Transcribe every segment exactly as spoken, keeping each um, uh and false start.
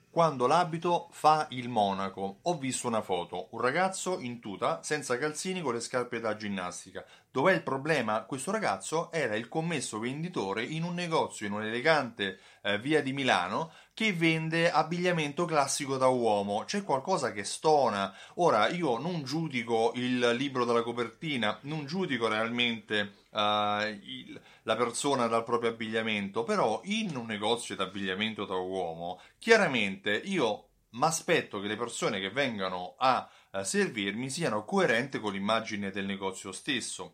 Quando l'abito fa il monaco. Ho visto una foto, un ragazzo in tuta, senza calzini, con le scarpe da ginnastica. Dov'è il problema? Questo ragazzo era il commesso venditore in un negozio in un'elegante eh, via di Milano che vende abbigliamento classico da uomo. C'è qualcosa che stona. Ora, io non giudico il libro dalla copertina, non giudico realmente eh, il- la persona dal proprio abbigliamento, però in un negozio di abbigliamento da uomo, chiaramente io mi aspetto che le persone che vengano a eh, servirmi siano coerenti con l'immagine del negozio stesso.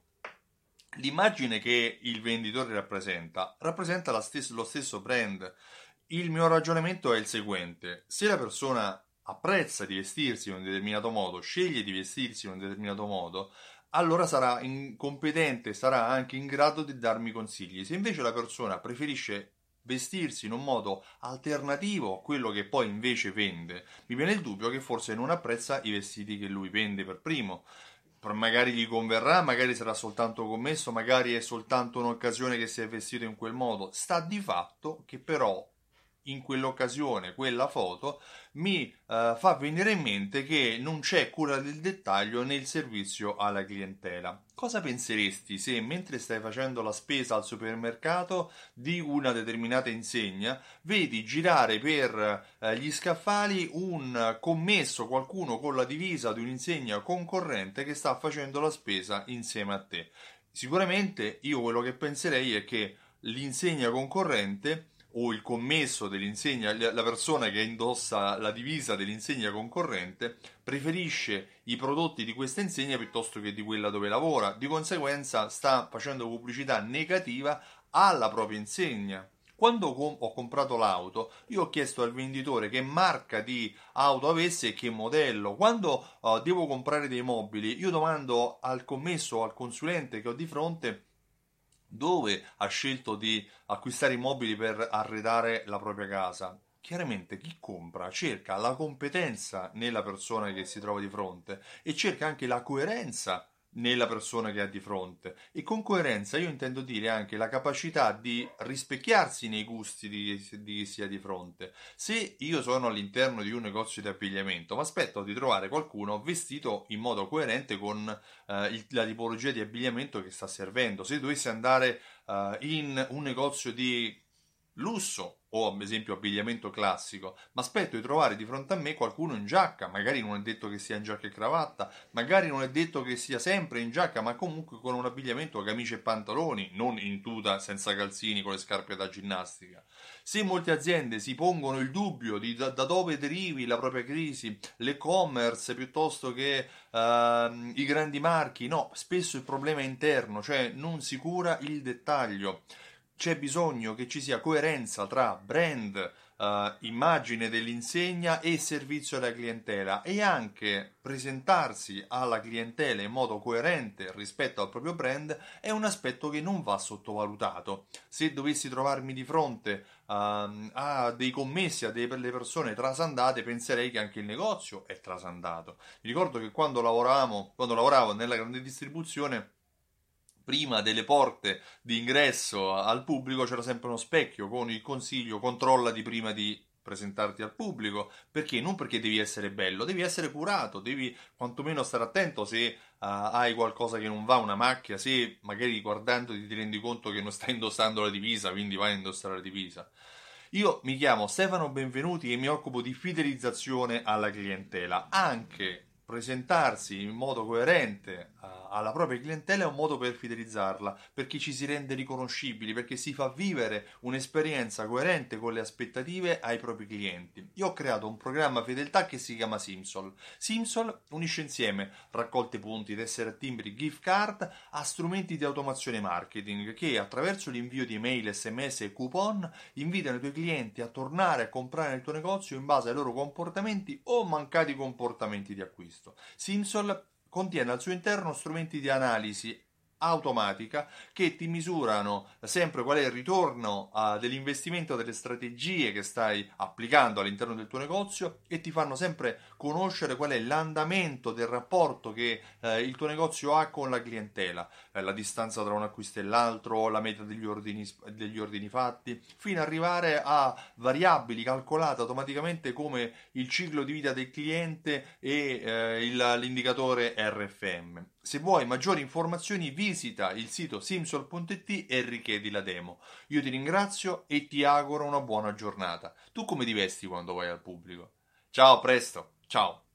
L'immagine che il venditore rappresenta rappresenta la stes- lo stesso brand. Il mio ragionamento è il seguente: se la persona apprezza di vestirsi in un determinato modo, sceglie di vestirsi in un determinato modo, allora sarà in- competente, sarà anche in grado di darmi consigli. Se invece la persona preferisce vestirsi in un modo alternativo a quello che poi invece vende, mi viene il dubbio che forse non apprezza i vestiti che lui vende per primo. Magari gli converrà, magari sarà soltanto commesso, magari è soltanto un'occasione che si è vestito in quel modo. Sta di fatto che però in quell'occasione, quella foto, mi eh, fa venire in mente che non c'è cura del dettaglio nel servizio alla clientela. Cosa penseresti se mentre stai facendo la spesa al supermercato di una determinata insegna, vedi girare per eh, gli scaffali un commesso, qualcuno con la divisa di un'insegna concorrente che sta facendo la spesa insieme a te? Sicuramente io quello che penserei è che l'insegna concorrente o il commesso dell'insegna, la persona che indossa la divisa dell'insegna concorrente, preferisce i prodotti di questa insegna piuttosto che di quella dove lavora. Di conseguenza sta facendo pubblicità negativa alla propria insegna. Quando ho comprato l'auto, io ho chiesto al venditore che marca di auto avesse e che modello. Quando uh, devo comprare dei mobili, io domando al commesso o al consulente che ho di fronte dove ha scelto di acquistare i mobili per arredare la propria casa. Chiaramente chi compra cerca la competenza nella persona che si trova di fronte e cerca anche la coerenza nella persona che ha di fronte. E con coerenza io intendo dire anche la capacità di rispecchiarsi nei gusti di, di chi si ha di fronte. Se io sono all'interno di un negozio di abbigliamento, mi aspetto di trovare qualcuno vestito in modo coerente con eh, il- la tipologia di abbigliamento che sta servendo. Se dovessi andare eh, in un negozio di lusso o ad esempio abbigliamento classico, ma aspetto di trovare di fronte a me qualcuno in giacca, magari non è detto che sia in giacca e cravatta, magari non è detto che sia sempre in giacca, ma comunque con un abbigliamento a camicia e pantaloni, non in tuta senza calzini con le scarpe da ginnastica. Se molte aziende si pongono il dubbio di da, da dove derivi la propria crisi, l'e-commerce piuttosto che ehm, i grandi marchi, no, spesso il problema è interno, cioè non si cura il dettaglio. C'è bisogno che ci sia coerenza tra brand, eh, immagine dell'insegna e servizio alla clientela e anche presentarsi alla clientela in modo coerente rispetto al proprio brand è un aspetto che non va sottovalutato. Se dovessi trovarmi di fronte ehm, a dei commessi, a delle persone trasandate, penserei che anche il negozio è trasandato. Mi ricordo che quando lavoravamo, quando lavoravo nella grande distribuzione, prima delle porte di ingresso al pubblico c'era sempre uno specchio con il consiglio: controllati prima di presentarti al pubblico. Perché? Non perché devi essere bello, devi essere curato, devi quantomeno stare attento se uh, hai qualcosa che non va, una macchia, se magari guardandoti ti rendi conto che non stai indossando la divisa, quindi vai a indossare la divisa. Io mi chiamo Stefano Benvenuti e mi occupo di fidelizzazione alla clientela. Anche presentarsi in modo coerente a- alla propria clientela è un modo per fidelizzarla, perché ci si rende riconoscibili, perché si fa vivere un'esperienza coerente con le aspettative ai propri clienti. Io ho creato un programma fedeltà che si chiama Simsol. Simsol unisce insieme raccolte punti, tessere a timbri, gift card a strumenti di automazione marketing che attraverso l'invio di email, sms e coupon invitano i tuoi clienti a tornare a comprare nel tuo negozio in base ai loro comportamenti o mancati comportamenti di acquisto. Simsol contiene al suo interno strumenti di analisi automatica che ti misurano sempre qual è il ritorno uh, dell'investimento, delle strategie che stai applicando all'interno del tuo negozio, e ti fanno sempre conoscere qual è l'andamento del rapporto che uh, il tuo negozio ha con la clientela, eh, la distanza tra un acquisto e l'altro, la media degli ordini, degli ordini fatti, fino ad arrivare a variabili calcolate automaticamente come il ciclo di vita del cliente e eh, il, l'indicatore R F M. Se vuoi maggiori informazioni visita il sito simsol punto it e richiedi la demo. Io ti ringrazio e ti auguro una buona giornata. Tu come ti vesti quando vai al pubblico? Ciao, a presto, ciao!